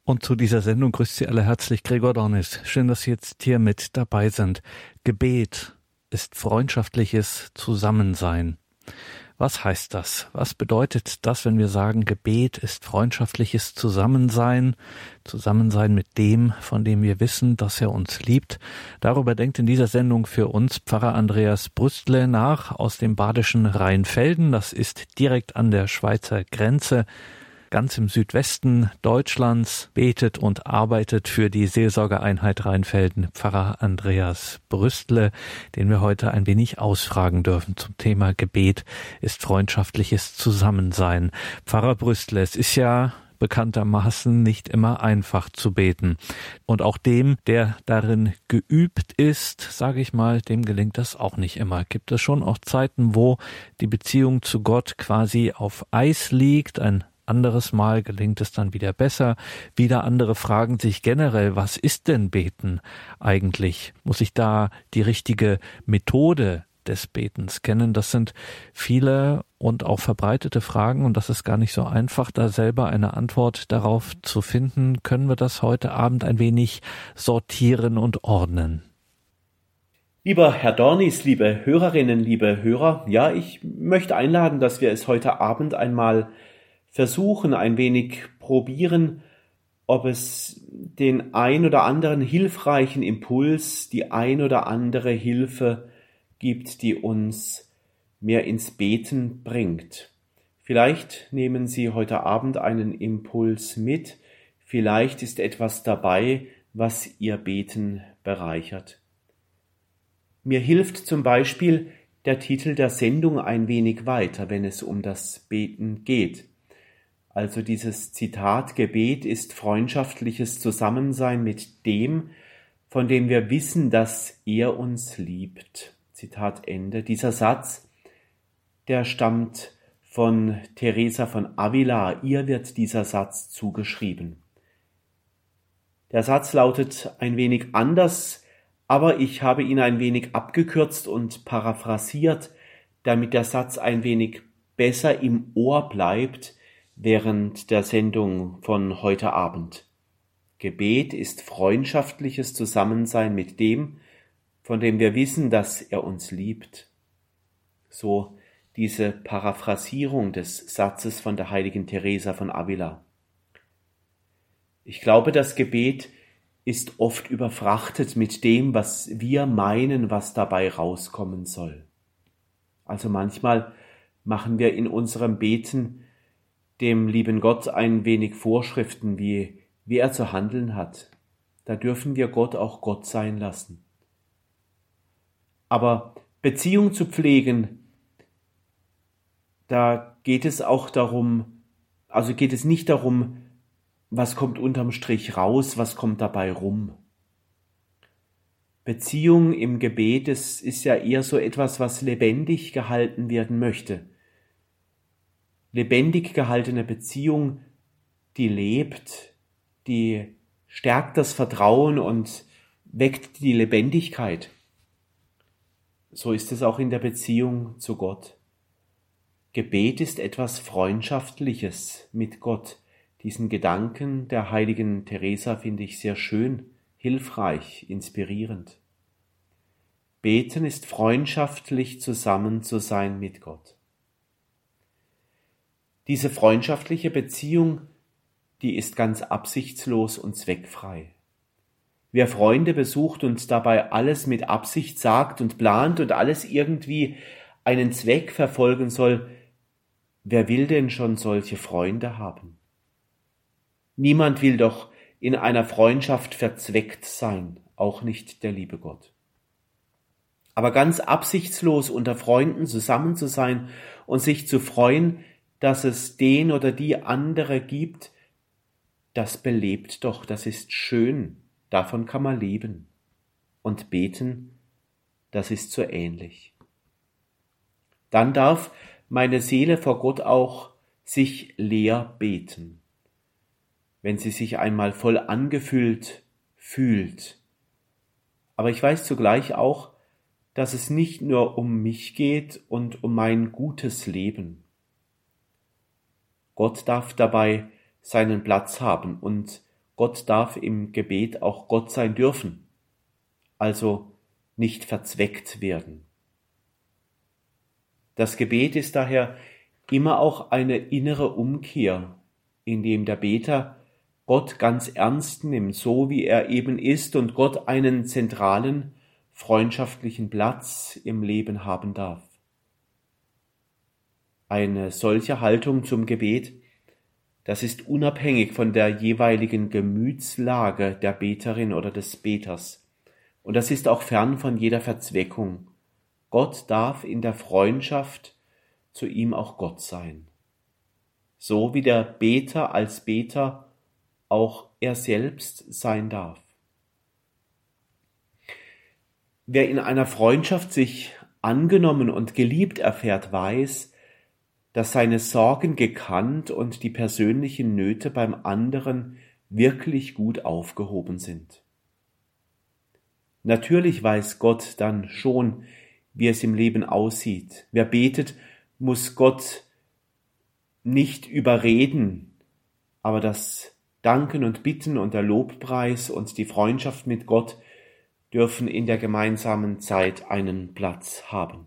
Und zu dieser Sendung grüßt Sie alle herzlich Gregor Dornis. Schön, dass Sie jetzt hier mit dabei sind. Gebet ist freundschaftliches Zusammensein. Was heißt das? Was bedeutet das, wenn wir sagen, Gebet ist freundschaftliches Zusammensein? Zusammensein mit dem, von dem wir wissen, dass er uns liebt. Darüber denkt in dieser Sendung für uns Pfarrer Andreas Brüstle nach aus dem badischen Rheinfelden. Das ist direkt an der Schweizer Grenze. Ganz im Südwesten Deutschlands, betet und arbeitet für die Seelsorgeeinheit Rheinfelden Pfarrer Andreas Brüstle, den wir heute ein wenig ausfragen dürfen zum Thema Gebet ist freundschaftliches Zusammensein. Pfarrer Brüstle, es ist ja bekanntermaßen nicht immer einfach zu beten. Und auch dem, der darin geübt ist, sage ich mal, dem gelingt das auch nicht immer. Gibt es schon auch Zeiten, wo die Beziehung zu Gott quasi auf Eis liegt, ein anderes Mal gelingt es dann wieder besser. Wieder andere fragen sich generell, was ist denn Beten eigentlich? Muss ich da die richtige Methode des Betens kennen? Das sind viele und auch verbreitete Fragen und das ist gar nicht so einfach, da selber eine Antwort darauf zu finden. Können wir das heute Abend ein wenig sortieren und ordnen? Lieber Herr Dornis, liebe Hörerinnen, liebe Hörer, ja, ich möchte einladen, dass wir es heute Abend einmal versuchen, ein wenig probieren, ob es den ein oder anderen hilfreichen Impuls, die ein oder andere Hilfe gibt, die uns mehr ins Beten bringt. Vielleicht nehmen Sie heute Abend einen Impuls mit, vielleicht ist etwas dabei, was Ihr Beten bereichert. Mir hilft zum Beispiel der Titel der Sendung ein wenig weiter, wenn es um das Beten geht. Also dieses Zitat, Gebet ist freundschaftliches Zusammensein mit dem, von dem wir wissen, dass er uns liebt. Zitat Ende. Dieser Satz, der stammt von Teresa von Avila. Ihr wird dieser Satz zugeschrieben. Der Satz lautet ein wenig anders, aber ich habe ihn ein wenig abgekürzt und paraphrasiert, damit der Satz ein wenig besser im Ohr bleibt, während der Sendung von heute Abend. Gebet ist freundschaftliches Zusammensein mit dem, von dem wir wissen, dass er uns liebt. So diese Paraphrasierung des Satzes von der heiligen Teresa von Avila. Ich glaube, das Gebet ist oft überfrachtet mit dem, was wir meinen, was dabei rauskommen soll. Also manchmal machen wir in unserem Beten dem lieben Gott ein wenig Vorschriften, wie er zu handeln hat. Da dürfen wir Gott auch Gott sein lassen. Aber Beziehung zu pflegen, da geht es auch darum, also geht es nicht darum, was kommt unterm Strich raus, was kommt dabei rum. Beziehung im Gebet, es ist ja eher so etwas, was lebendig gehalten werden möchte. Lebendig gehaltene Beziehung, die lebt, die stärkt das Vertrauen und weckt die Lebendigkeit. So ist es auch in der Beziehung zu Gott. Gebet ist etwas Freundschaftliches mit Gott. Diesen Gedanken der heiligen Teresa finde ich sehr schön, hilfreich, inspirierend. Beten ist freundschaftlich zusammen zu sein mit Gott. Diese freundschaftliche Beziehung, die ist ganz absichtslos und zweckfrei. Wer Freunde besucht und dabei alles mit Absicht sagt und plant und alles irgendwie einen Zweck verfolgen soll, wer will denn schon solche Freunde haben? Niemand will doch in einer Freundschaft verzweckt sein, auch nicht der liebe Gott. Aber ganz absichtslos unter Freunden zusammen zu sein und sich zu freuen, dass es den oder die andere gibt, das belebt doch, das ist schön, davon kann man leben. Und beten, das ist so ähnlich. Dann darf meine Seele vor Gott auch sich leer beten, wenn sie sich einmal voll angefüllt fühlt. Aber ich weiß zugleich auch, dass es nicht nur um mich geht und um mein gutes Leben. Gott darf dabei seinen Platz haben und Gott darf im Gebet auch Gott sein dürfen, also nicht verzweckt werden. Das Gebet ist daher immer auch eine innere Umkehr, in dem der Beter Gott ganz ernst nimmt, so wie er eben ist und Gott einen zentralen, freundschaftlichen Platz im Leben haben darf. Eine solche Haltung zum Gebet, das ist unabhängig von der jeweiligen Gemütslage der Beterin oder des Beters. Und das ist auch fern von jeder Verzweckung. Gott darf in der Freundschaft zu ihm auch Gott sein. So wie der Beter als Beter auch er selbst sein darf. Wer in einer Freundschaft sich angenommen und geliebt erfährt, weiß, dass seine Sorgen gekannt und die persönlichen Nöte beim anderen wirklich gut aufgehoben sind. Natürlich weiß Gott dann schon, wie es im Leben aussieht. Wer betet, muss Gott nicht überreden, aber das Danken und Bitten und der Lobpreis und die Freundschaft mit Gott dürfen in der gemeinsamen Zeit einen Platz haben.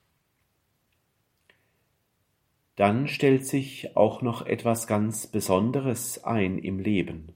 Dann stellt sich auch noch etwas ganz Besonderes ein im Leben.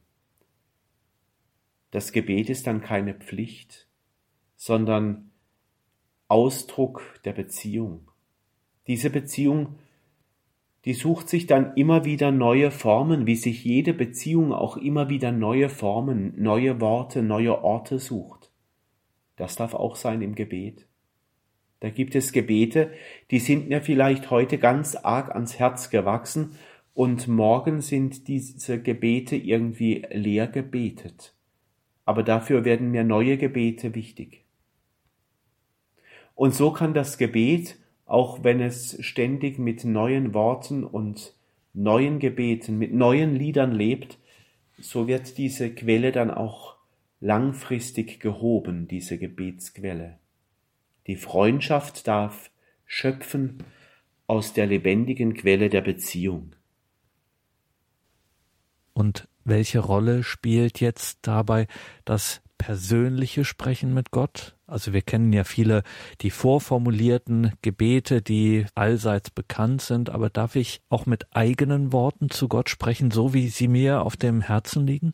Das Gebet ist dann keine Pflicht, sondern Ausdruck der Beziehung. Diese Beziehung, die sucht sich dann immer wieder neue Formen, wie sich jede Beziehung auch immer wieder neue Formen, neue Worte, neue Orte sucht. Das darf auch sein im Gebet. Da gibt es Gebete, die sind mir vielleicht heute ganz arg ans Herz gewachsen und morgen sind diese Gebete irgendwie leer gebetet. Aber dafür werden mir neue Gebete wichtig. Und so kann das Gebet, auch wenn es ständig mit neuen Worten und neuen Gebeten, mit neuen Liedern lebt, so wird diese Quelle dann auch langfristig gehoben, diese Gebetsquelle. Die Freundschaft darf schöpfen aus der lebendigen Quelle der Beziehung. Und welche Rolle spielt jetzt dabei das persönliche Sprechen mit Gott? Also wir kennen ja viele die vorformulierten Gebete, die allseits bekannt sind, aber darf ich auch mit eigenen Worten zu Gott sprechen, so wie sie mir auf dem Herzen liegen?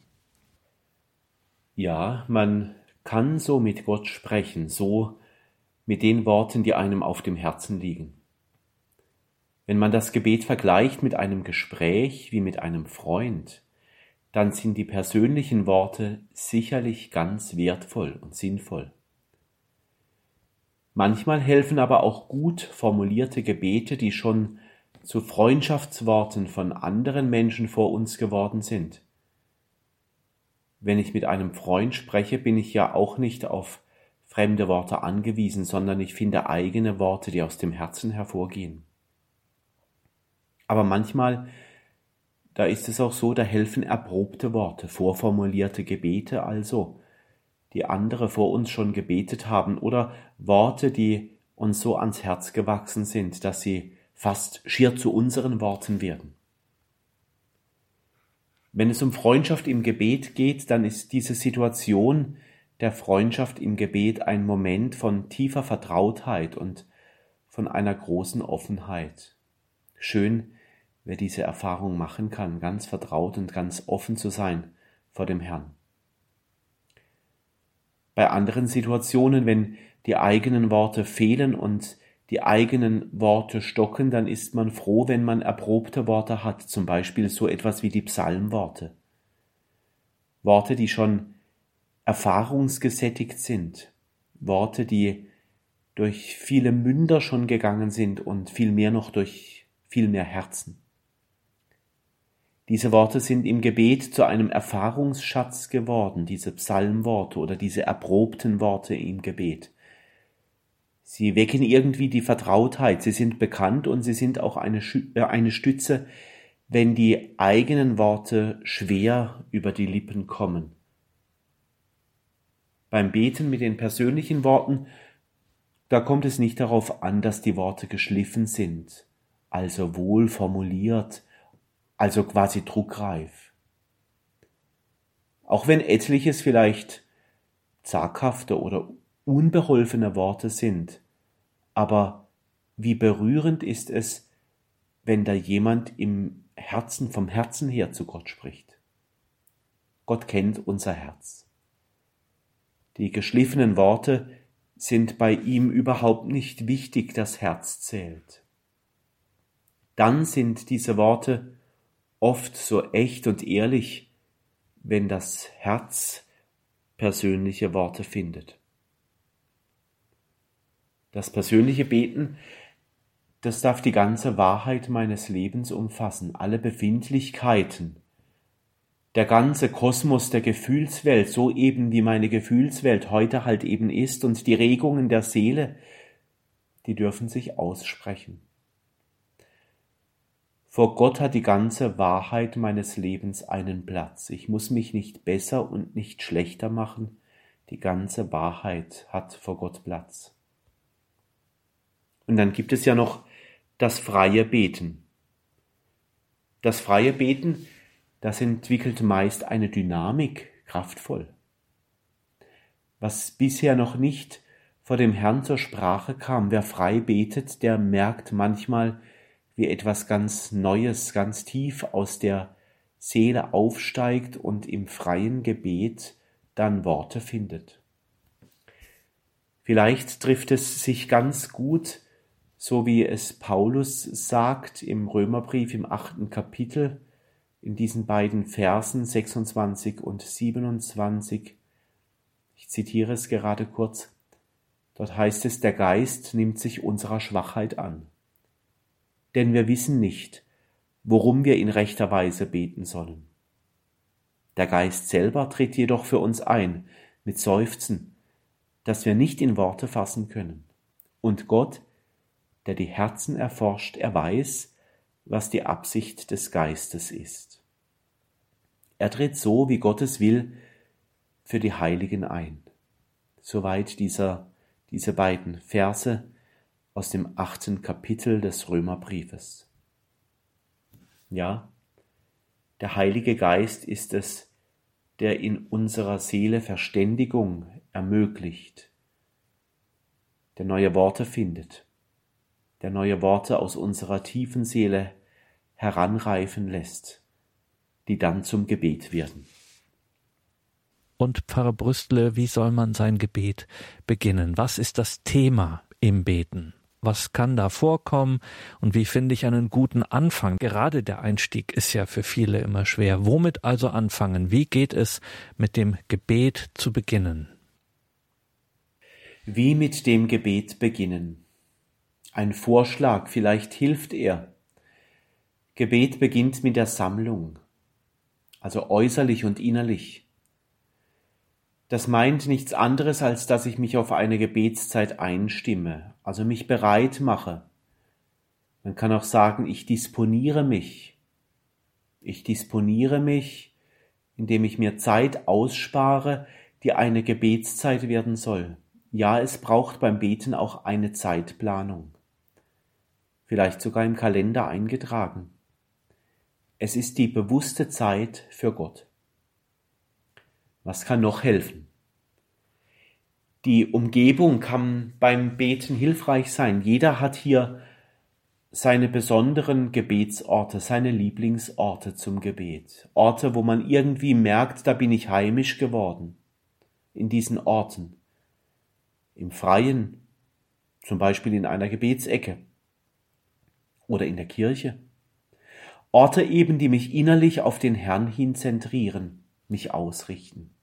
Ja, man kann so mit Gott sprechen, so mit den Worten, die einem auf dem Herzen liegen. Wenn man das Gebet vergleicht mit einem Gespräch wie mit einem Freund, dann sind die persönlichen Worte sicherlich ganz wertvoll und sinnvoll. Manchmal helfen aber auch gut formulierte Gebete, die schon zu Freundschaftsworten von anderen Menschen vor uns geworden sind. Wenn ich mit einem Freund spreche, bin ich ja auch nicht auf fremde Worte angewiesen, sondern ich finde eigene Worte, die aus dem Herzen hervorgehen. Aber manchmal, da ist es auch so, da helfen erprobte Worte, vorformulierte Gebete also, die andere vor uns schon gebetet haben, oder Worte, die uns so ans Herz gewachsen sind, dass sie fast schier zu unseren Worten werden. Wenn es um Freundschaft im Gebet geht, dann ist diese Situation der Freundschaft im Gebet ein Moment von tiefer Vertrautheit und von einer großen Offenheit. Schön, wer diese Erfahrung machen kann, ganz vertraut und ganz offen zu sein vor dem Herrn. Bei anderen Situationen, wenn die eigenen Worte fehlen und die eigenen Worte stocken, dann ist man froh, wenn man erprobte Worte hat, zum Beispiel so etwas wie die Psalmworte. Worte, die schon erfahrungsgesättigt sind, Worte, die durch viele Münder schon gegangen sind und viel mehr noch durch viel mehr Herzen. Diese Worte sind im Gebet zu einem Erfahrungsschatz geworden, diese Psalmworte oder diese erprobten Worte im Gebet. Sie wecken irgendwie die Vertrautheit, sie sind bekannt und sie sind auch eine Stütze, wenn die eigenen Worte schwer über die Lippen kommen. Beim Beten mit den persönlichen Worten, da kommt es nicht darauf an, dass die Worte geschliffen sind, also wohl formuliert, also quasi druckreif. auch wenn etliches vielleicht zaghafte oder unbeholfene Worte sind. Aber wie berührend ist es, wenn da jemand im Herzen, vom Herzen her zu Gott spricht. Gott kennt unser Herz. Die geschliffenen Worte sind bei ihm überhaupt nicht wichtig, das Herz zählt. Dann sind diese Worte oft so echt und ehrlich, wenn das Herz persönliche Worte findet. Das persönliche Beten, das darf die ganze Wahrheit meines Lebens umfassen, alle Befindlichkeiten, der ganze Kosmos der Gefühlswelt, so eben wie meine Gefühlswelt heute halt eben ist, und die Regungen der Seele, die dürfen sich aussprechen. Vor Gott hat die ganze Wahrheit meines Lebens einen Platz. Ich muss mich nicht besser und nicht schlechter machen. Die ganze Wahrheit hat vor Gott Platz. Und dann gibt es ja noch das freie Beten. Das freie Beten, das entwickelt meist eine Dynamik, kraftvoll. Was bisher noch nicht vor dem Herrn zur Sprache kam, wer frei betet, der merkt manchmal, wie etwas ganz Neues, ganz tief aus der Seele aufsteigt und im freien Gebet dann Worte findet. Vielleicht trifft es sich ganz gut, so wie es Paulus sagt im Römerbrief im 8. Kapitel, in diesen beiden Versen 26 und 27. Ich zitiere es gerade kurz. Dort heißt es, der Geist nimmt sich unserer Schwachheit an. Denn wir wissen nicht, worum wir in rechter Weise beten sollen. Der Geist selber tritt jedoch für uns ein, mit Seufzen, das wir nicht in Worte fassen können. Und Gott, der die Herzen erforscht, er weiß, was die Absicht des Geistes ist. Er tritt so, wie Gottes will, für die Heiligen ein. Soweit diese beiden Verse aus dem 8. Kapitel des Römerbriefes. Ja, der Heilige Geist ist es, der in unserer Seele Verständigung ermöglicht, der neue Worte findet, der neue Worte aus unserer tiefen Seele heranreifen lässt, die dann zum Gebet werden. Und Pfarrer Brüstle, wie soll man sein Gebet beginnen? Was ist das Thema im Beten? Was kann da vorkommen und wie finde ich einen guten Anfang? Gerade der Einstieg ist ja für viele immer schwer. Womit also anfangen? Wie geht es mit dem Gebet zu beginnen? Wie mit dem Gebet beginnen? Ein Vorschlag, vielleicht hilft er. Gebet beginnt mit der Sammlung, also äußerlich und innerlich. Das meint nichts anderes, als dass ich mich auf eine Gebetszeit einstimme, also mich bereit mache. Man kann auch sagen, ich disponiere mich. Ich disponiere mich, indem ich mir Zeit ausspare, die eine Gebetszeit werden soll. Ja, es braucht beim Beten auch eine Zeitplanung. Vielleicht sogar im Kalender eingetragen. Es ist die bewusste Zeit für Gott. Was kann noch helfen? Die Umgebung kann beim Beten hilfreich sein. Jeder hat hier seine besonderen Gebetsorte, seine Lieblingsorte zum Gebet. Orte, wo man irgendwie merkt, da bin ich heimisch geworden. In diesen Orten. Im Freien, zum Beispiel in einer Gebetsecke oder in der Kirche. Orte eben, die mich innerlich auf den Herrn hin zentrieren, mich ausrichten.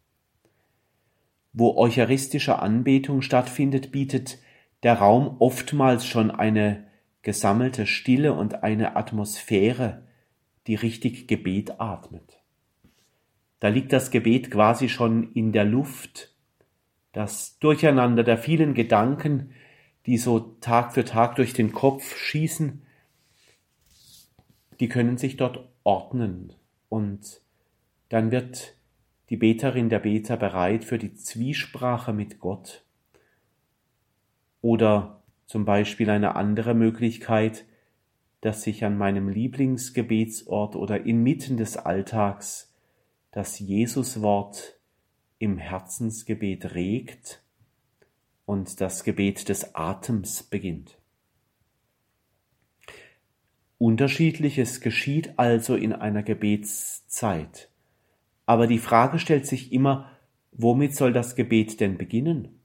Wo eucharistische Anbetung stattfindet, bietet der Raum oftmals schon eine gesammelte Stille und eine Atmosphäre, die richtig Gebet atmet. Da liegt das Gebet quasi schon in der Luft, das Durcheinander der vielen Gedanken, die so Tag für Tag durch den Kopf schießen, die können sich dort ordnen und dann wird die Beterin, der Beter bereit für die Zwiesprache mit Gott. Oder zum Beispiel eine andere Möglichkeit, dass ich an meinem Lieblingsgebetsort oder inmitten des Alltags das Jesuswort im Herzensgebet regt und das Gebet des Atems beginnt. Unterschiedliches geschieht also in einer Gebetszeit. Aber die Frage stellt sich immer, womit soll das Gebet denn beginnen?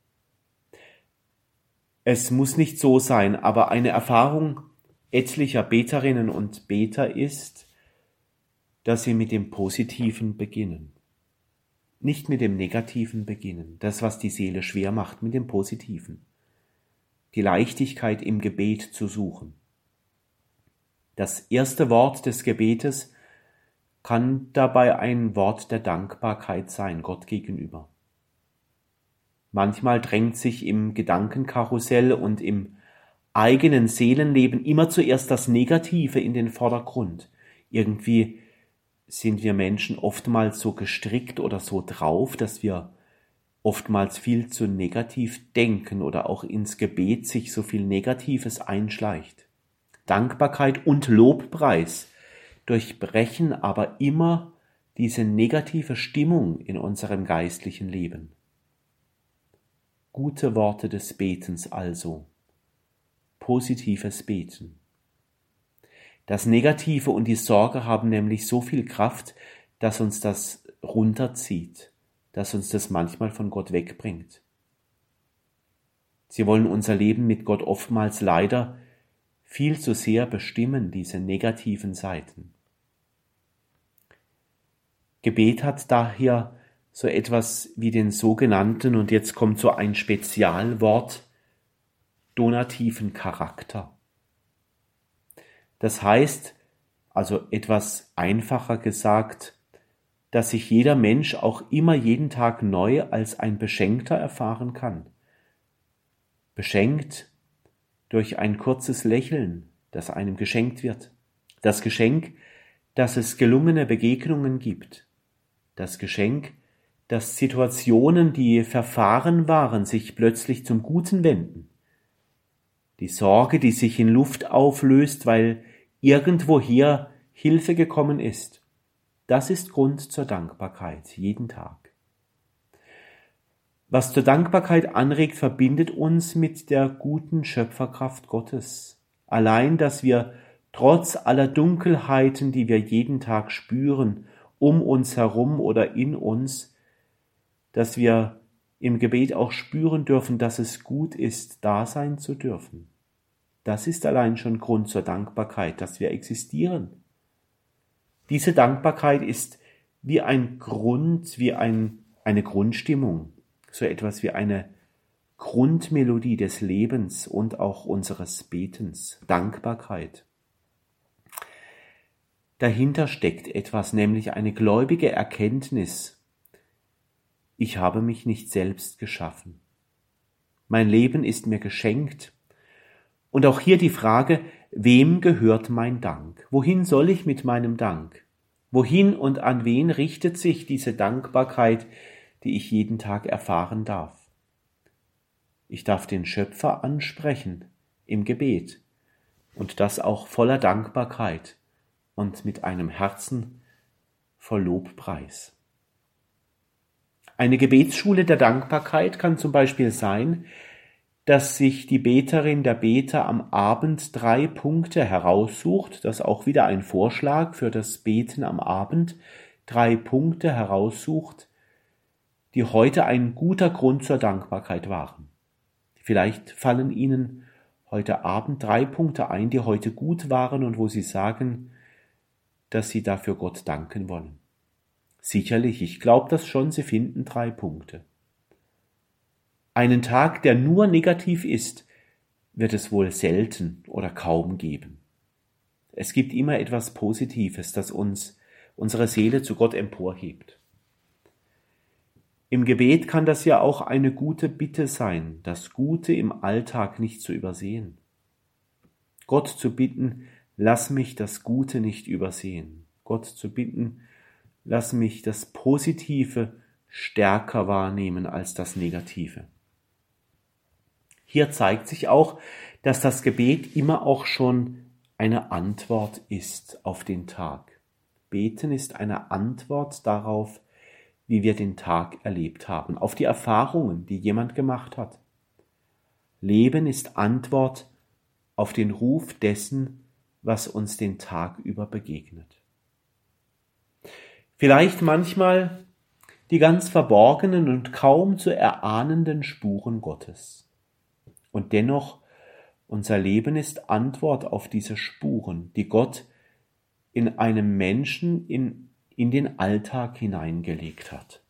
Es muss nicht so sein, aber eine Erfahrung etlicher Beterinnen und Beter ist, dass sie mit dem Positiven beginnen. Nicht mit dem Negativen beginnen, das, was die Seele schwer macht, mit dem Positiven. Die Leichtigkeit im Gebet zu suchen. Das erste Wort des Gebetes kann dabei ein Wort der Dankbarkeit sein, Gott gegenüber. Manchmal drängt sich im Gedankenkarussell und im eigenen Seelenleben immer zuerst das Negative in den Vordergrund. Irgendwie sind wir Menschen oftmals so gestrickt oder so drauf, dass wir oftmals viel zu negativ denken oder auch ins Gebet sich so viel Negatives einschleicht. Dankbarkeit und Lobpreis durchbrechen aber immer diese negative Stimmung in unserem geistlichen Leben. Gute Worte des Betens also. Positives Beten. Das Negative und die Sorge haben nämlich so viel Kraft, dass uns das runterzieht, dass uns das manchmal von Gott wegbringt. Sie wollen unser Leben mit Gott oftmals leider viel zu sehr bestimmen, diese negativen Seiten. Gebet hat daher so etwas wie den sogenannten, und jetzt kommt so ein Spezialwort, donativen Charakter. Das heißt, also etwas einfacher gesagt, dass sich jeder Mensch auch immer jeden Tag neu als ein Beschenkter erfahren kann. Beschenkt durch ein kurzes Lächeln, das einem geschenkt wird. Das Geschenk, dass es gelungene Begegnungen gibt. Das Geschenk, dass Situationen, die verfahren waren, sich plötzlich zum Guten wenden. Die Sorge, die sich in Luft auflöst, weil irgendwoher Hilfe gekommen ist. Das ist Grund zur Dankbarkeit, jeden Tag. Was zur Dankbarkeit anregt, verbindet uns mit der guten Schöpferkraft Gottes. Allein, dass wir trotz aller Dunkelheiten, die wir jeden Tag spüren, um uns herum oder in uns, dass wir im Gebet auch spüren dürfen, dass es gut ist, da sein zu dürfen. Das ist allein schon Grund zur Dankbarkeit, dass wir existieren. Diese Dankbarkeit ist wie ein Grund, wie eine Grundstimmung, so etwas wie eine Grundmelodie des Lebens und auch unseres Betens. Dankbarkeit. Dahinter steckt etwas, nämlich eine gläubige Erkenntnis. Ich habe mich nicht selbst geschaffen. Mein Leben ist mir geschenkt. Und auch hier die Frage, wem gehört mein Dank? Wohin soll ich mit meinem Dank? Wohin und an wen richtet sich diese Dankbarkeit, die ich jeden Tag erfahren darf? Ich darf den Schöpfer ansprechen im Gebet und das auch voller Dankbarkeit und mit einem Herzen voll Lobpreis. Eine Gebetsschule der Dankbarkeit kann zum Beispiel sein, dass sich die Beterin, der Beter am Abend 3 Punkte heraussucht, das ist auch wieder ein Vorschlag für das Beten am Abend, 3 Punkte heraussucht, die heute ein guter Grund zur Dankbarkeit waren. Vielleicht fallen Ihnen heute Abend 3 Punkte ein, die heute gut waren und wo Sie sagen, dass Sie dafür Gott danken wollen. Sicherlich, ich glaube das schon, Sie finden 3 Punkte. Einen Tag, der nur negativ ist, wird es wohl selten oder kaum geben. Es gibt immer etwas Positives, das uns unsere Seele zu Gott emporhebt. Im Gebet kann das ja auch eine gute Bitte sein, das Gute im Alltag nicht zu übersehen. Gott zu bitten, lass mich das Gute nicht übersehen. Gott zu bitten, lass mich das Positive stärker wahrnehmen als das Negative. Hier zeigt sich auch, dass das Gebet immer auch schon eine Antwort ist auf den Tag. Beten ist eine Antwort darauf, wie wir den Tag erlebt haben, auf die Erfahrungen, die jemand gemacht hat. Leben ist Antwort auf den Ruf dessen, was uns den Tag über begegnet. Vielleicht manchmal die ganz verborgenen und kaum zu erahnenden Spuren Gottes. Und dennoch, unser Leben ist Antwort auf diese Spuren, die Gott in einem Menschen in den Alltag hineingelegt hat.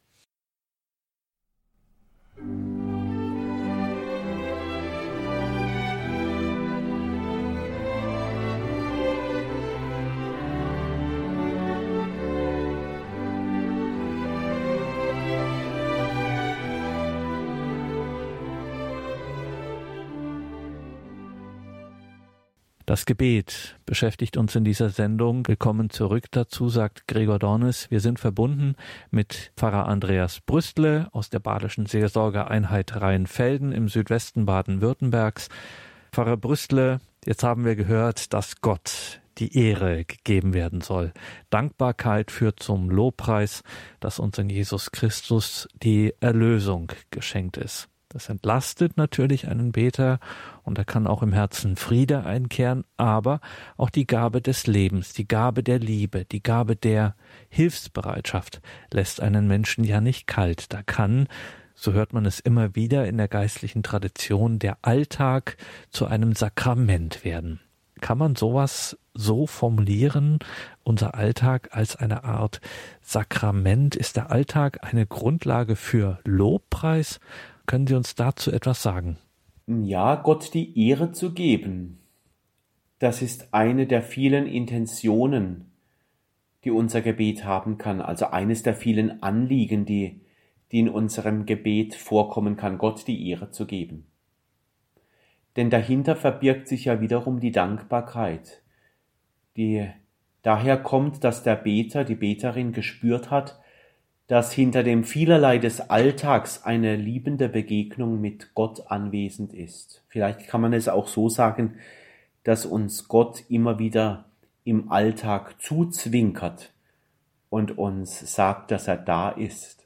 Das Gebet beschäftigt uns in dieser Sendung. Willkommen zurück dazu, sagt Gregor Dornis. Wir sind verbunden mit Pfarrer Andreas Brüstle aus der Badischen Seelsorgeeinheit Rheinfelden im Südwesten Baden-Württembergs. Pfarrer Brüstle, jetzt haben wir gehört, dass Gott die Ehre gegeben werden soll. Dankbarkeit führt zum Lobpreis, dass uns in Jesus Christus die Erlösung geschenkt ist. Das entlastet natürlich einen Beter und er kann auch im Herzen Friede einkehren, aber auch die Gabe des Lebens, die Gabe der Liebe, die Gabe der Hilfsbereitschaft lässt einen Menschen ja nicht kalt. Da kann, so hört man es immer wieder in der geistlichen Tradition, der Alltag zu einem Sakrament werden. Kann man sowas so formulieren, unser Alltag als eine Art Sakrament? Ist der Alltag eine Grundlage für Lobpreis? Können Sie uns dazu etwas sagen? Ja, Gott die Ehre zu geben, das ist eine der vielen Intentionen, die unser Gebet haben kann, also eines der vielen Anliegen, die in unserem Gebet vorkommen kann, Gott die Ehre zu geben. Denn dahinter verbirgt sich ja wiederum die Dankbarkeit, die daher kommt, dass der Beter, die Beterin gespürt hat, dass hinter dem Vielerlei des Alltags eine liebende Begegnung mit Gott anwesend ist. Vielleicht kann man es auch so sagen, dass uns Gott immer wieder im Alltag zuzwinkert und uns sagt, dass er da ist.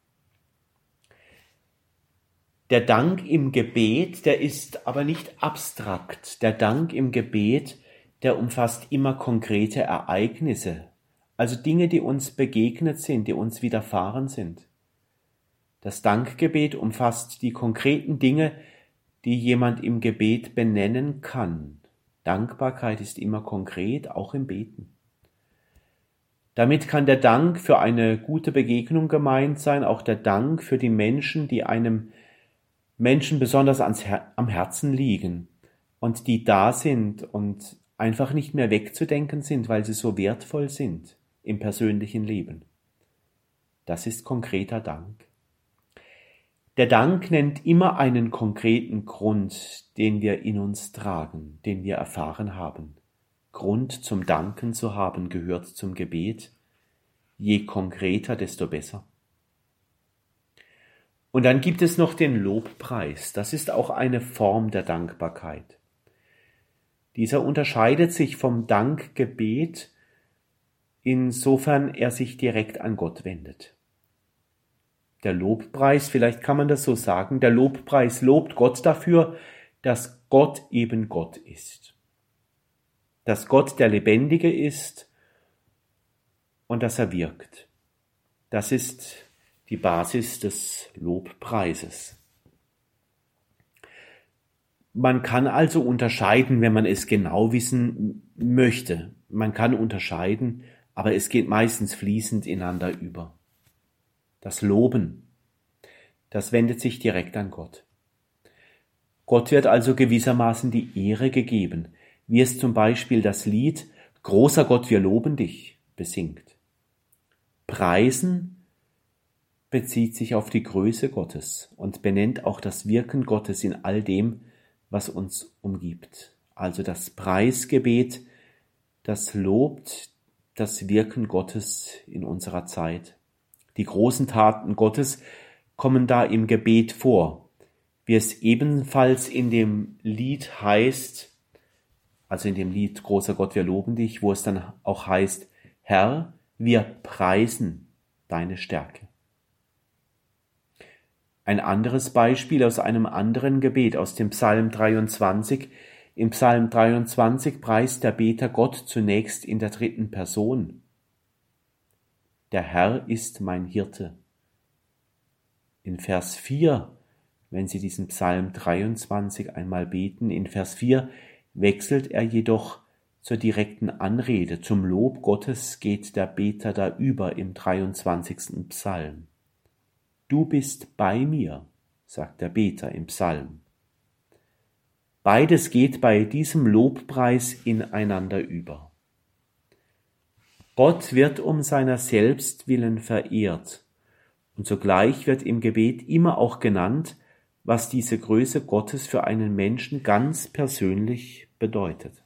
Der Dank im Gebet, der ist aber nicht abstrakt. Der Dank im Gebet, der umfasst immer konkrete Ereignisse. Also Dinge, die uns begegnet sind, die uns widerfahren sind. Das Dankgebet umfasst die konkreten Dinge, die jemand im Gebet benennen kann. Dankbarkeit ist immer konkret, auch im Beten. Damit kann der Dank für eine gute Begegnung gemeint sein, auch der Dank für die Menschen, die einem Menschen besonders am Herzen liegen und die da sind und einfach nicht mehr wegzudenken sind, weil sie so wertvoll sind im persönlichen Leben. Das ist konkreter Dank. Der Dank nennt immer einen konkreten Grund, den wir in uns tragen, den wir erfahren haben. Grund zum Danken zu haben gehört zum Gebet. Je konkreter, desto besser. Und dann gibt es noch den Lobpreis. Das ist auch eine Form der Dankbarkeit. Dieser unterscheidet sich vom Dankgebet, insofern er sich direkt an Gott wendet. Der Lobpreis, vielleicht kann man das so sagen, der Lobpreis lobt Gott dafür, dass Gott eben Gott ist. Dass Gott der Lebendige ist und dass er wirkt. Das ist die Basis des Lobpreises. Man kann also unterscheiden, wenn man es genau wissen möchte. Man kann unterscheiden, aber es geht meistens fließend ineinander über. Das Loben, das wendet sich direkt an Gott. Gott wird also gewissermaßen die Ehre gegeben, wie es zum Beispiel das Lied »Großer Gott, wir loben dich« besingt. Preisen bezieht sich auf die Größe Gottes und benennt auch das Wirken Gottes in all dem, was uns umgibt. Also das Preisgebet, das lobt das Wirken Gottes in unserer Zeit. Die großen Taten Gottes kommen da im Gebet vor, wie es ebenfalls in dem Lied heißt, also in dem Lied »Großer Gott, wir loben dich«, wo es dann auch heißt, »Herr, Wir preisen deine Stärke. Ein anderes Beispiel aus einem anderen Gebet, aus dem Psalm 23. Im Psalm 23 preist der Beter Gott zunächst in der dritten Person. Der Herr ist mein Hirte. In Vers 4, wenn Sie diesen Psalm 23 einmal beten, in Vers 4 wechselt er jedoch zur direkten Anrede. Zum Lob Gottes geht der Beter da über im 23. Psalm. Du bist bei mir, sagt der Beter im Psalm. Beides geht bei diesem Lobpreis ineinander über. Gott wird um seiner selbst willen verehrt und zugleich wird im Gebet immer auch genannt, was diese Größe Gottes für einen Menschen ganz persönlich bedeutet.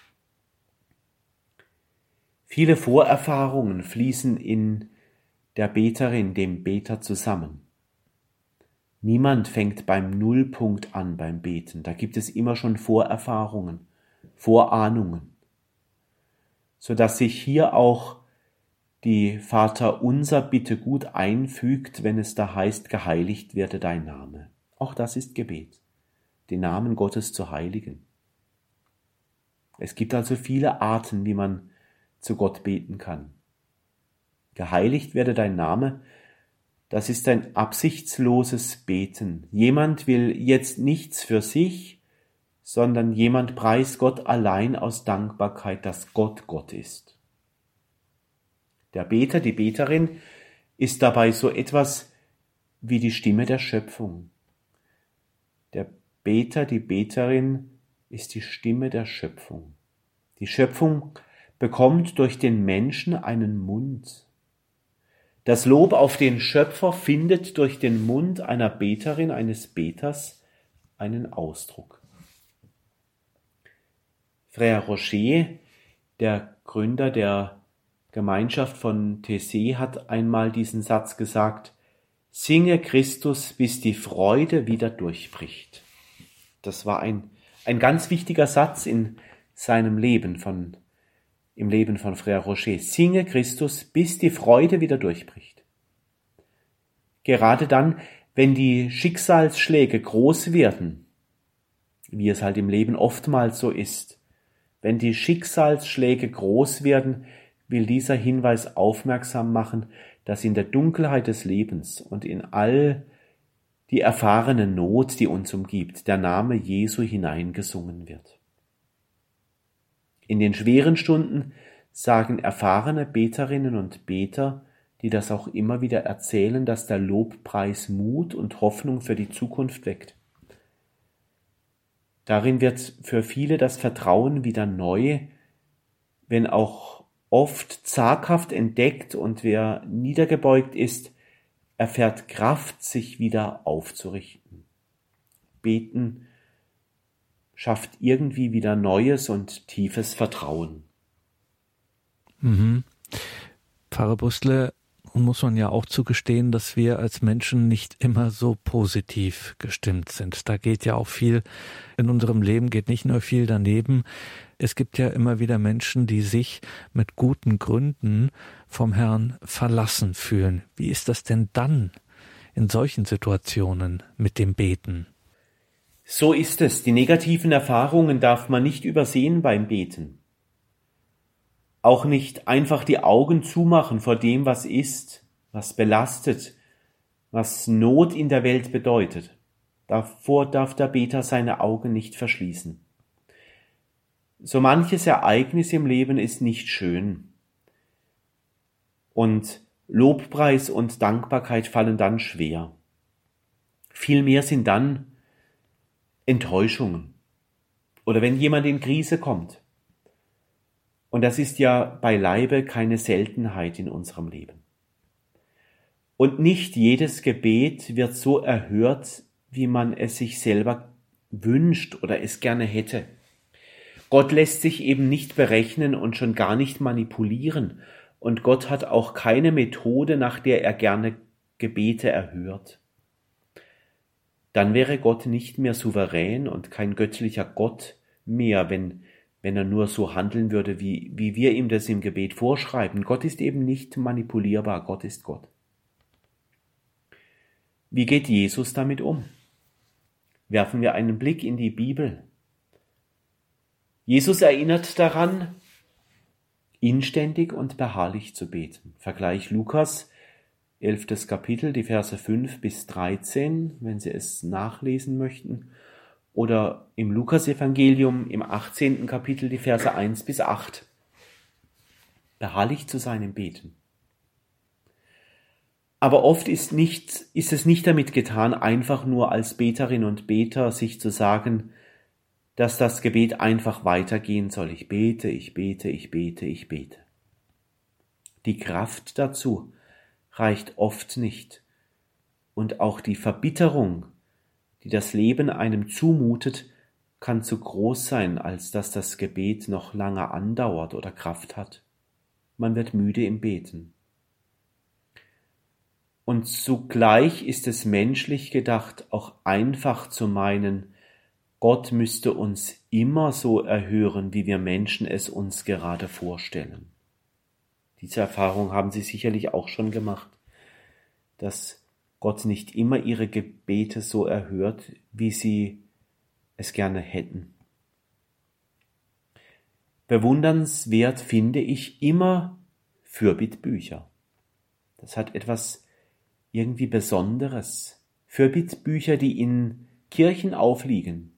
Viele Vorerfahrungen fließen in der Beterin, dem Beter zusammen. Niemand fängt beim Nullpunkt an beim Beten. Da gibt es immer schon Vorerfahrungen, Vorahnungen, sodass sich hier auch die Vaterunser Bitte gut einfügt, wenn es da heißt, geheiligt werde dein Name. Auch das ist Gebet, den Namen Gottes zu heiligen. Es gibt also viele Arten, wie man zu Gott beten kann. Geheiligt werde dein Name, das ist ein absichtsloses Beten. Jemand will jetzt nichts für sich, sondern jemand preist Gott allein aus Dankbarkeit, dass Gott Gott ist. Der Beter, die Beterin ist dabei so etwas wie die Stimme der Schöpfung. Der Beter, die Beterin ist die Stimme der Schöpfung. Die Schöpfung bekommt durch den Menschen einen Mund. Das Lob auf den Schöpfer findet durch den Mund einer Beterin, eines Beters, einen Ausdruck. Frère Rocher, der Gründer der Gemeinschaft von Taizé, hat einmal diesen Satz gesagt: Singe Christus, bis die Freude wieder durchbricht. Das war ein ganz wichtiger Satz in seinem Leben, im Leben von Frère Rocher. Singe Christus, bis die Freude wieder durchbricht. Gerade dann, wenn die Schicksalsschläge groß werden, wie es halt im Leben oftmals so ist, wenn die Schicksalsschläge groß werden, will dieser Hinweis aufmerksam machen, dass in der Dunkelheit des Lebens und in all die erfahrene Not, die uns umgibt, der Name Jesu hineingesungen wird. In den schweren Stunden sagen erfahrene Beterinnen und Beter, die das auch immer wieder erzählen, dass der Lobpreis Mut und Hoffnung für die Zukunft weckt. Darin wird für viele das Vertrauen wieder neu, wenn auch oft zaghaft entdeckt, und wer niedergebeugt ist, erfährt Kraft, sich wieder aufzurichten. Beten schafft irgendwie wieder neues und tiefes Vertrauen. Pfarrer Bustle, muss man ja auch zugestehen, dass wir als Menschen nicht immer so positiv gestimmt sind. Da geht ja auch viel in unserem Leben, geht nicht nur viel daneben. Es gibt ja immer wieder Menschen, die sich mit guten Gründen vom Herrn verlassen fühlen. Wie ist das denn dann in solchen Situationen mit dem Beten? So ist es. Die negativen Erfahrungen darf man nicht übersehen beim Beten. Auch nicht einfach die Augen zumachen vor dem, was ist, was belastet, was Not in der Welt bedeutet. Davor darf der Beter seine Augen nicht verschließen. So manches Ereignis im Leben ist nicht schön. Und Lobpreis und Dankbarkeit fallen dann schwer. Vielmehr sind dann Enttäuschungen oder wenn jemand in Krise kommt. Und das ist ja beileibe keine Seltenheit in unserem Leben. Und nicht jedes Gebet wird so erhört, wie man es sich selber wünscht oder es gerne hätte. Gott lässt sich eben nicht berechnen und schon gar nicht manipulieren. Und Gott hat auch keine Methode, nach der er gerne Gebete erhört. Dann wäre Gott nicht mehr souverän und kein göttlicher Gott mehr, wenn wenn er nur so handeln würde, wie wir ihm das im Gebet vorschreiben. Gott ist eben nicht manipulierbar, Gott ist Gott. Wie geht Jesus damit um? Werfen wir einen Blick in die Bibel. Jesus erinnert daran, inständig und beharrlich zu beten. Vergleich Lukas, 11. Kapitel, die Verse 5 bis 13, wenn Sie es nachlesen möchten. Oder im Lukasevangelium im 18. Kapitel, die Verse 1 bis 8. Beharrlich zu sein im Beten. Aber oft ist es nicht damit getan, einfach nur als Beterin und Beter sich zu sagen, dass das Gebet einfach weitergehen soll. Ich bete, ich bete, ich bete, ich bete. Die Kraft dazu reicht oft nicht. Und auch die Verbitterung, die das Leben einem zumutet, kann zu groß sein, als dass das Gebet noch lange andauert oder Kraft hat. Man wird müde im Beten. Und zugleich ist es menschlich gedacht, auch einfach zu meinen, Gott müsste uns immer so erhören, wie wir Menschen es uns gerade vorstellen. Diese Erfahrung haben Sie sicherlich auch schon gemacht, dass Gott nicht immer Ihre Gebete so erhört, wie Sie es gerne hätten. Bewundernswert finde ich immer Fürbittbücher. Das hat etwas irgendwie Besonderes. Fürbittbücher, die in Kirchen aufliegen.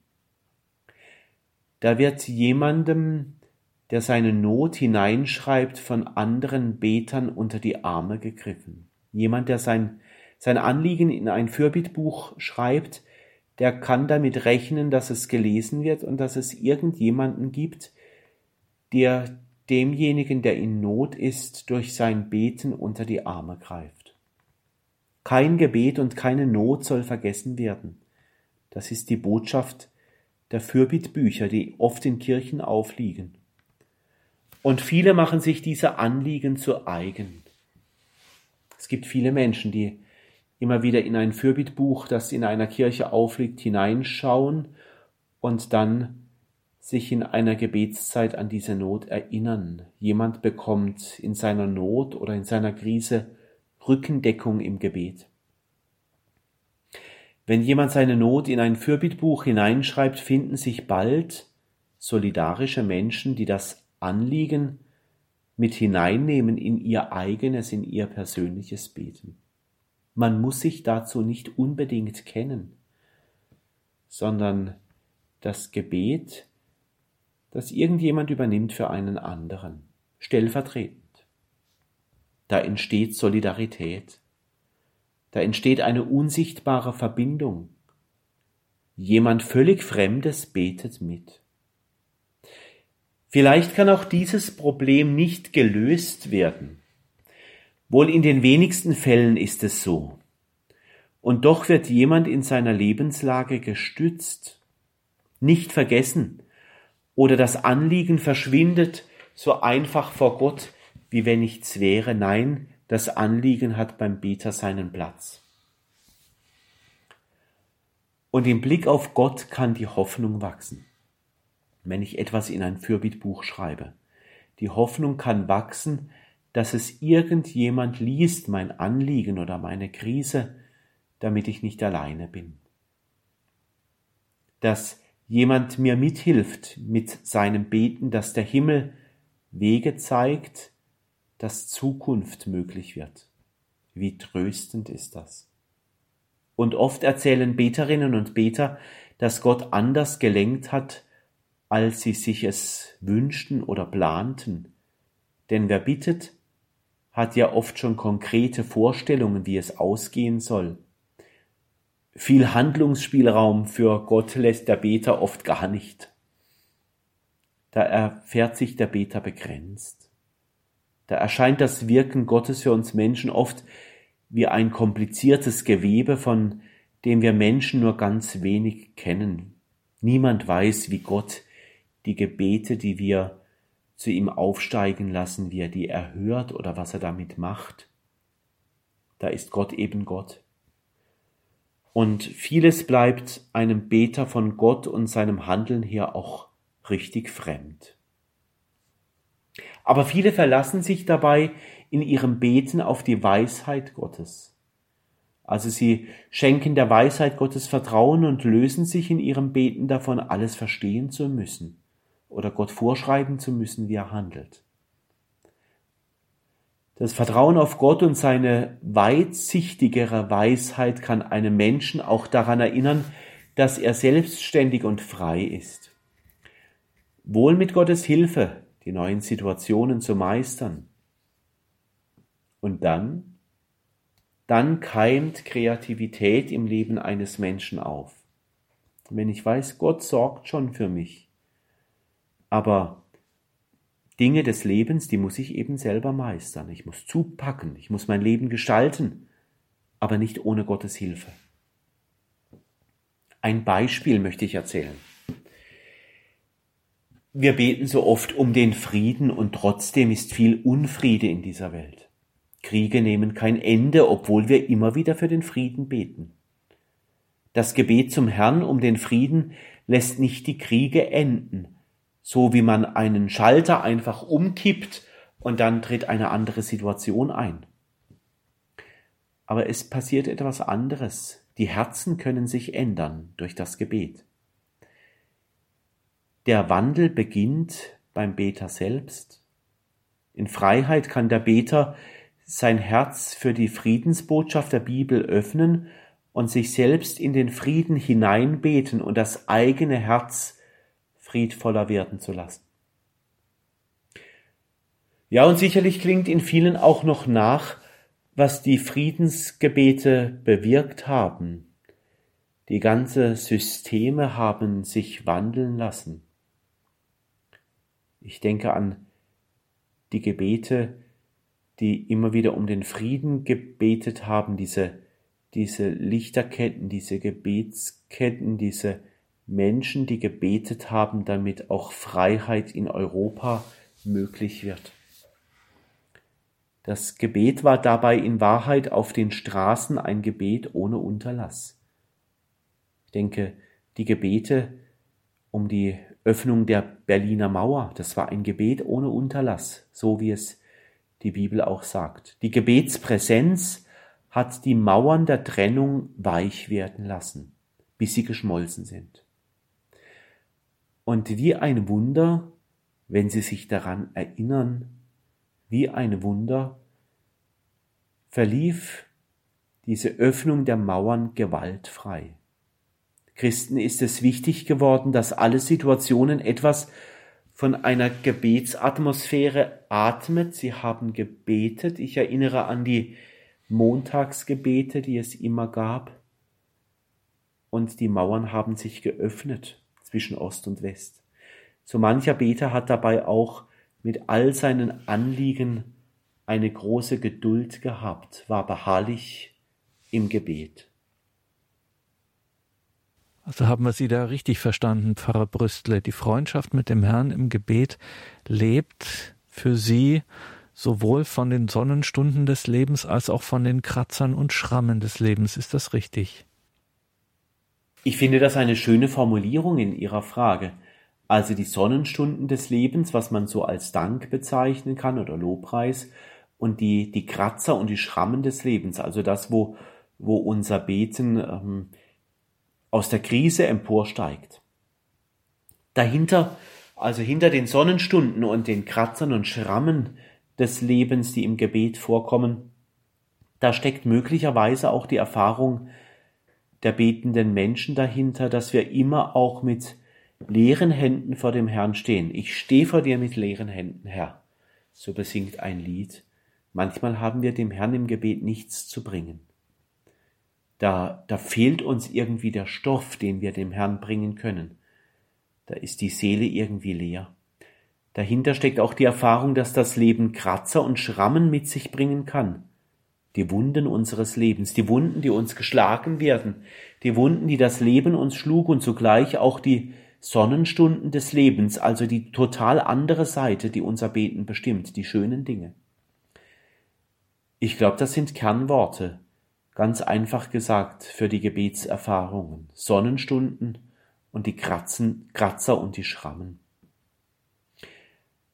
Da wird jemandem, der seine Not hineinschreibt, von anderen Betern unter die Arme gegriffen. Jemand, der sein Anliegen in ein Fürbittbuch schreibt, der kann damit rechnen, dass es gelesen wird und dass es irgendjemanden gibt, der demjenigen, der in Not ist, durch sein Beten unter die Arme greift. Kein Gebet und keine Not soll vergessen werden. Das ist die Botschaft der Fürbittbücher, die oft in Kirchen aufliegen. Und viele machen sich diese Anliegen zu eigen. Es gibt viele Menschen, die immer wieder in ein Fürbittbuch, das in einer Kirche aufliegt, hineinschauen und dann sich in einer Gebetszeit an diese Not erinnern. Jemand bekommt in seiner Not oder in seiner Krise Rückendeckung im Gebet. Wenn jemand seine Not in ein Fürbittbuch hineinschreibt, finden sich bald solidarische Menschen, die das Anliegen mit hineinnehmen in ihr eigenes, in ihr persönliches Beten. Man muss sich dazu nicht unbedingt kennen, sondern das Gebet, das irgendjemand übernimmt für einen anderen, stellvertretend. Da entsteht Solidarität. Da entsteht eine unsichtbare Verbindung. Jemand völlig Fremdes betet mit. Vielleicht kann auch dieses Problem nicht gelöst werden. Wohl in den wenigsten Fällen ist es so. Und doch wird jemand in seiner Lebenslage gestützt, nicht vergessen, oder das Anliegen verschwindet so einfach vor Gott, wie wenn nichts wäre. Nein, das Anliegen hat beim Beter seinen Platz. Und im Blick auf Gott kann die Hoffnung wachsen, wenn ich etwas in ein Fürbittbuch schreibe. Die Hoffnung kann wachsen, dass es irgendjemand liest, mein Anliegen oder meine Krise, damit ich nicht alleine bin. Dass jemand mir mithilft mit seinem Beten, dass der Himmel Wege zeigt, dass Zukunft möglich wird. Wie tröstend ist das. Und oft erzählen Beterinnen und Beter, dass Gott anders gelenkt hat, als sie sich es wünschten oder planten. Denn wer bittet, hat ja oft schon konkrete Vorstellungen, wie es ausgehen soll. Viel Handlungsspielraum für Gott lässt der Beter oft gar nicht. Da erfährt sich der Beter begrenzt. Da erscheint das Wirken Gottes für uns Menschen oft wie ein kompliziertes Gewebe, von dem wir Menschen nur ganz wenig kennen. Niemand weiß, wie Gott die Gebete, die wir zu ihm aufsteigen lassen, wie er die erhört oder was er damit macht. Da ist Gott eben Gott. Und vieles bleibt einem Beter von Gott und seinem Handeln her auch richtig fremd. Aber viele verlassen sich dabei in ihrem Beten auf die Weisheit Gottes. Also sie schenken der Weisheit Gottes Vertrauen und lösen sich in ihrem Beten davon, alles verstehen zu müssen oder Gott vorschreiben zu müssen, wie er handelt. Das Vertrauen auf Gott und seine weitsichtigere Weisheit kann einen Menschen auch daran erinnern, dass er selbstständig und frei ist. Wohl mit Gottes Hilfe die neuen Situationen zu meistern. Und dann keimt Kreativität im Leben eines Menschen auf. Wenn ich weiß, Gott sorgt schon für mich, aber Dinge des Lebens, die muss ich eben selber meistern. Ich muss zupacken, ich muss mein Leben gestalten, aber nicht ohne Gottes Hilfe. Ein Beispiel möchte ich erzählen. Wir beten so oft um den Frieden und trotzdem ist viel Unfriede in dieser Welt. Kriege nehmen kein Ende, obwohl wir immer wieder für den Frieden beten. Das Gebet zum Herrn um den Frieden lässt nicht die Kriege enden, so wie man einen Schalter einfach umkippt und dann tritt eine andere Situation ein. Aber es passiert etwas anderes. Die Herzen können sich ändern durch das Gebet. Der Wandel beginnt beim Beter selbst. In Freiheit kann der Beter sein Herz für die Friedensbotschaft der Bibel öffnen und sich selbst in den Frieden hineinbeten und das eigene Herz friedvoller werden zu lassen. Ja, und sicherlich klingt in vielen auch noch nach, was die Friedensgebete bewirkt haben. Die ganze Systeme haben sich wandeln lassen. Ich denke an die Gebete, die immer wieder um den Frieden gebetet haben, diese Lichterketten, diese Gebetsketten, diese Menschen, die gebetet haben, damit auch Freiheit in Europa möglich wird. Das Gebet war dabei in Wahrheit auf den Straßen ein Gebet ohne Unterlass. Ich denke, die Gebete um die Öffnung der Berliner Mauer, das war ein Gebet ohne Unterlass, so wie es die Bibel auch sagt. Die Gebetspräsenz hat die Mauern der Trennung weich werden lassen, bis sie geschmolzen sind. Und wie ein Wunder, wenn Sie sich daran erinnern, wie ein Wunder verlief diese Öffnung der Mauern gewaltfrei. Christen ist es wichtig geworden, dass alle Situationen etwas von einer Gebetsatmosphäre atmet. Sie haben gebetet. Ich erinnere an die Montagsgebete, die es immer gab. Und die Mauern haben sich geöffnet zwischen Ost und West. So mancher Beter hat dabei auch mit all seinen Anliegen eine große Geduld gehabt, war beharrlich im Gebet. Also haben wir Sie da richtig verstanden, Pfarrer Brüstle. Die Freundschaft mit dem Herrn im Gebet lebt für Sie sowohl von den Sonnenstunden des Lebens als auch von den Kratzern und Schrammen des Lebens. Ist das richtig? Ich finde das eine schöne Formulierung in Ihrer Frage. Also die Sonnenstunden des Lebens, was man so als Dank bezeichnen kann oder Lobpreis, und die Kratzer und die Schrammen des Lebens, also das, wo unser Beten aus der Krise emporsteigt. Dahinter, also hinter den Sonnenstunden und den Kratzern und Schrammen des Lebens, die im Gebet vorkommen, da steckt möglicherweise auch die Erfahrung der betenden Menschen dahinter, dass wir immer auch mit leeren Händen vor dem Herrn stehen. Ich stehe vor dir mit leeren Händen, Herr. So besingt ein Lied. Manchmal haben wir dem Herrn im Gebet nichts zu bringen. Da fehlt uns irgendwie der Stoff, den wir dem Herrn bringen können. Da ist die Seele irgendwie leer. Dahinter steckt auch die Erfahrung, dass das Leben Kratzer und Schrammen mit sich bringen kann. Die Wunden unseres Lebens, die Wunden, die uns geschlagen werden, die Wunden, die das Leben uns schlug und zugleich auch die Sonnenstunden des Lebens, also die total andere Seite, die unser Beten bestimmt, die schönen Dinge. Ich glaube, das sind Kernworte, ganz einfach gesagt, für die Gebetserfahrungen. Sonnenstunden und die Kratzer und die Schrammen.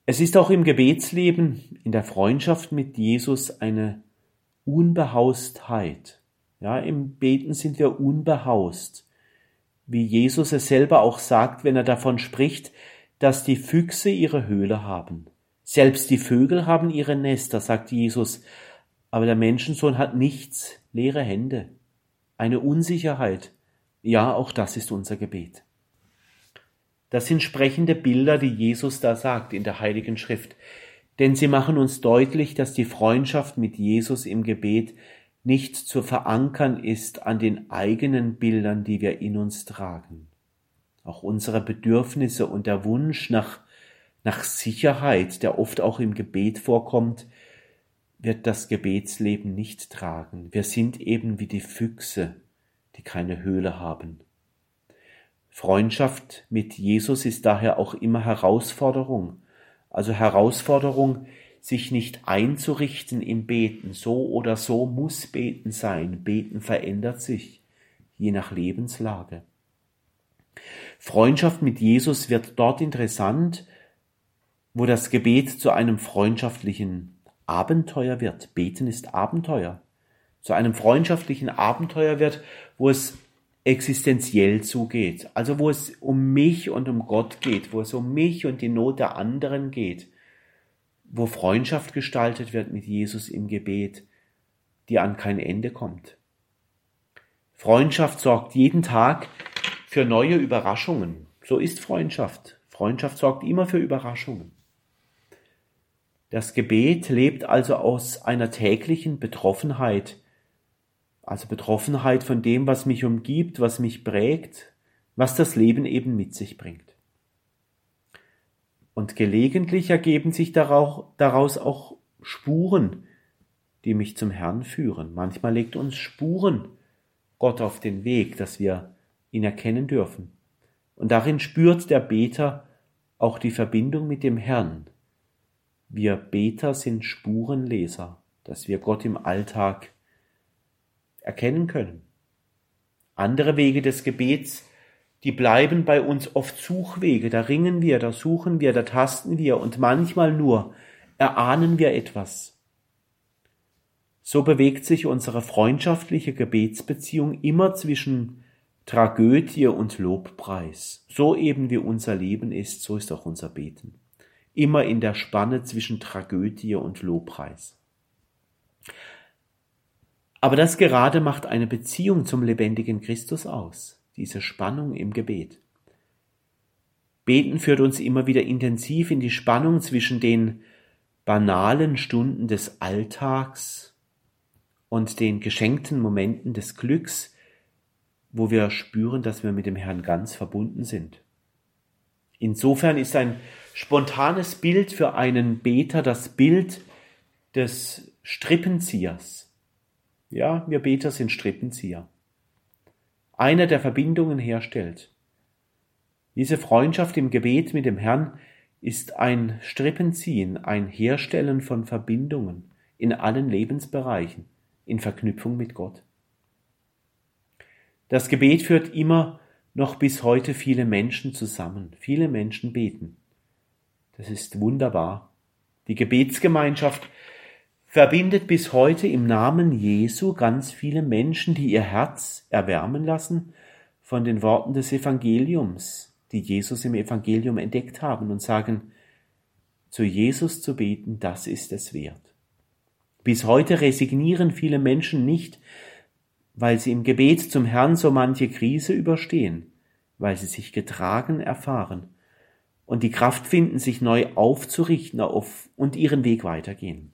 Es ist auch im Gebetsleben, in der Freundschaft mit Jesus eine Unbehaustheit. Ja, im Beten sind wir unbehaust. Wie Jesus es selber auch sagt, wenn er davon spricht, dass die Füchse ihre Höhle haben. Selbst die Vögel haben ihre Nester, sagt Jesus, aber der Menschensohn hat nichts, leere Hände, eine Unsicherheit. Ja, auch das ist unser Gebet. Das sind sprechende Bilder, die Jesus da sagt in der Heiligen Schrift, denn sie machen uns deutlich, dass die Freundschaft mit Jesus im Gebet nicht zu verankern ist an den eigenen Bildern, die wir in uns tragen. Auch unsere Bedürfnisse und der Wunsch nach Sicherheit, der oft auch im Gebet vorkommt, wird das Gebetsleben nicht tragen. Wir sind eben wie die Füchse, die keine Höhle haben. Freundschaft mit Jesus ist daher auch immer Herausforderung. Also Herausforderung, sich nicht einzurichten im Beten. So oder so muss Beten sein. Beten verändert sich, je nach Lebenslage. Freundschaft mit Jesus wird dort interessant, wo das Gebet zu einem freundschaftlichen Abenteuer wird. Beten ist Abenteuer. Zu einem freundschaftlichen Abenteuer wird, wo es existenziell zugeht. Also wo es um mich und um Gott geht, wo es um mich und die Not der anderen geht, wo Freundschaft gestaltet wird mit Jesus im Gebet, die an kein Ende kommt. Freundschaft sorgt jeden Tag für neue Überraschungen. So ist Freundschaft. Freundschaft sorgt immer für Überraschungen. Das Gebet lebt also aus einer täglichen Betroffenheit, also Betroffenheit von dem, was mich umgibt, was mich prägt, was das Leben eben mit sich bringt. Und gelegentlich ergeben sich daraus auch Spuren, die mich zum Herrn führen. Manchmal legt uns Spuren Gott auf den Weg, dass wir ihn erkennen dürfen. Und darin spürt der Beter auch die Verbindung mit dem Herrn. Wir Beter sind Spurenleser, dass wir Gott im Alltag erkennen können. Andere Wege des Gebets, die bleiben bei uns oft Suchwege. Da ringen wir, da suchen wir, da tasten wir und manchmal nur erahnen wir etwas. So bewegt sich unsere freundschaftliche Gebetsbeziehung immer zwischen Tragödie und Lobpreis. So eben wie unser Leben ist, so ist auch unser Beten. Immer in der Spanne zwischen Tragödie und Lobpreis. Aber das gerade macht eine Beziehung zum lebendigen Christus aus, diese Spannung im Gebet. Beten führt uns immer wieder intensiv in die Spannung zwischen den banalen Stunden des Alltags und den geschenkten Momenten des Glücks, wo wir spüren, dass wir mit dem Herrn ganz verbunden sind. Insofern ist ein spontanes Bild für einen Beter das Bild des Strippenziehers. Ja, wir Beter sind Strippenzieher. Einer, der Verbindungen herstellt. Diese Freundschaft im Gebet mit dem Herrn ist ein Strippenziehen, ein Herstellen von Verbindungen in allen Lebensbereichen, in Verknüpfung mit Gott. Das Gebet führt immer noch bis heute viele Menschen zusammen. Viele Menschen beten. Das ist wunderbar. Die Gebetsgemeinschaft verbindet bis heute im Namen Jesu ganz viele Menschen, die ihr Herz erwärmen lassen von den Worten des Evangeliums, die Jesus im Evangelium entdeckt haben und sagen, zu Jesus zu beten, das ist es wert. Bis heute resignieren viele Menschen nicht, weil sie im Gebet zum Herrn so manche Krise überstehen, weil sie sich getragen erfahren und die Kraft finden, sich neu aufzurichten und ihren Weg weitergehen.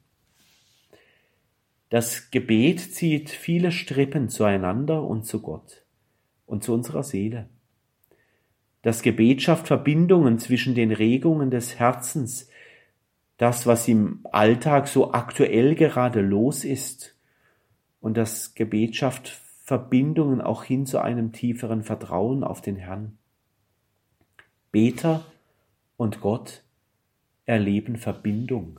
Das Gebet zieht viele Strippen zueinander und zu Gott und zu unserer Seele. Das Gebet schafft Verbindungen zwischen den Regungen des Herzens, das, was im Alltag so aktuell gerade los ist. Und das Gebet schafft Verbindungen auch hin zu einem tieferen Vertrauen auf den Herrn. Beter und Gott erleben Verbindung.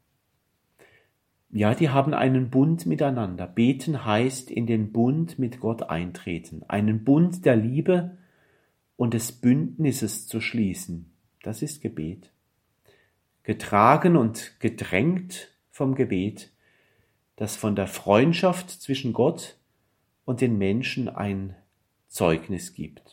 Ja, die haben einen Bund miteinander. Beten heißt in den Bund mit Gott eintreten, einen Bund der Liebe und des Bündnisses zu schließen. Das ist Gebet. getragen und gedrängt vom Gebet, das von der Freundschaft zwischen Gott und den Menschen ein Zeugnis gibt.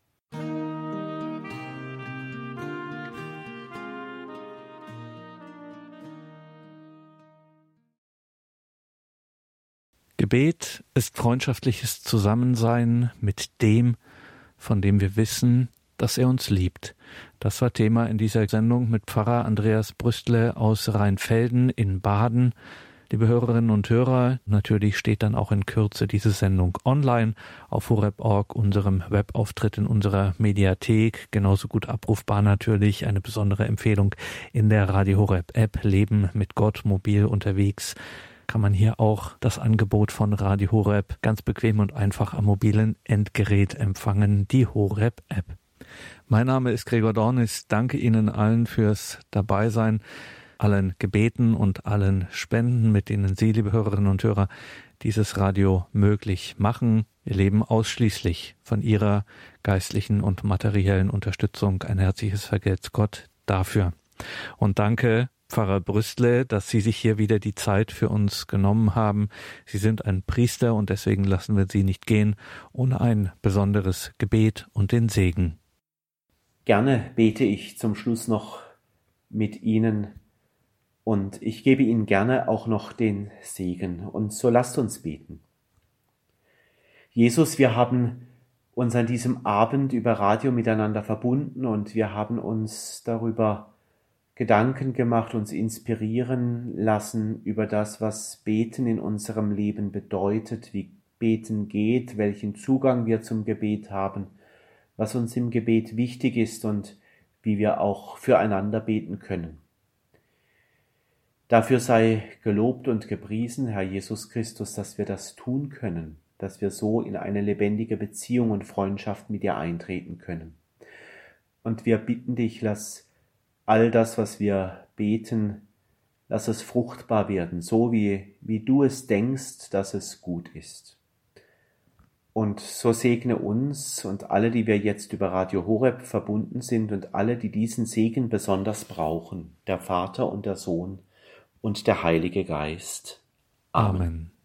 Gebet ist freundschaftliches Zusammensein mit dem, von dem wir wissen, dass er uns liebt. Das war Thema in dieser Sendung mit Pfarrer Andreas Brüstle aus Rheinfelden in Baden. Liebe Hörerinnen und Hörer, natürlich steht dann auch in Kürze diese Sendung online auf horeb.org, unserem Webauftritt in unserer Mediathek, genauso gut abrufbar natürlich. Eine besondere Empfehlung in der Radio Horeb App, Leben mit Gott, mobil unterwegs. Kann man hier auch das Angebot von Radio Horeb ganz bequem und einfach am mobilen Endgerät empfangen, die Horeb App. Mein Name ist Gregor Dornis. Danke Ihnen allen fürs Dabeisein, allen Gebeten und allen Spenden, mit denen Sie, liebe Hörerinnen und Hörer, dieses Radio möglich machen. Wir leben ausschließlich von Ihrer geistlichen und materiellen Unterstützung. Ein herzliches Vergelt's Gott dafür. Und danke, Pfarrer Brüstle, dass Sie sich hier wieder die Zeit für uns genommen haben. Sie sind ein Priester und deswegen lassen wir Sie nicht gehen ohne ein besonderes Gebet und den Segen. Gerne bete ich zum Schluss noch mit Ihnen und ich gebe Ihnen gerne auch noch den Segen. Und so lasst uns beten. Jesus, wir haben uns an diesem Abend über Radio miteinander verbunden und wir haben uns darüber Gedanken gemacht, uns inspirieren lassen über das, was Beten in unserem Leben bedeutet, wie Beten geht, welchen Zugang wir zum Gebet haben, was uns im Gebet wichtig ist und wie wir auch füreinander beten können. Dafür sei gelobt und gepriesen, Herr Jesus Christus, dass wir das tun können, dass wir so in eine lebendige Beziehung und Freundschaft mit dir eintreten können. Und wir bitten dich, lass all das, was wir beten, lass es fruchtbar werden, so wie du es denkst, dass es gut ist. Und so segne uns und alle, die wir jetzt über Radio Horeb verbunden sind und alle, die diesen Segen besonders brauchen, der Vater und der Sohn und der Heilige Geist. Amen.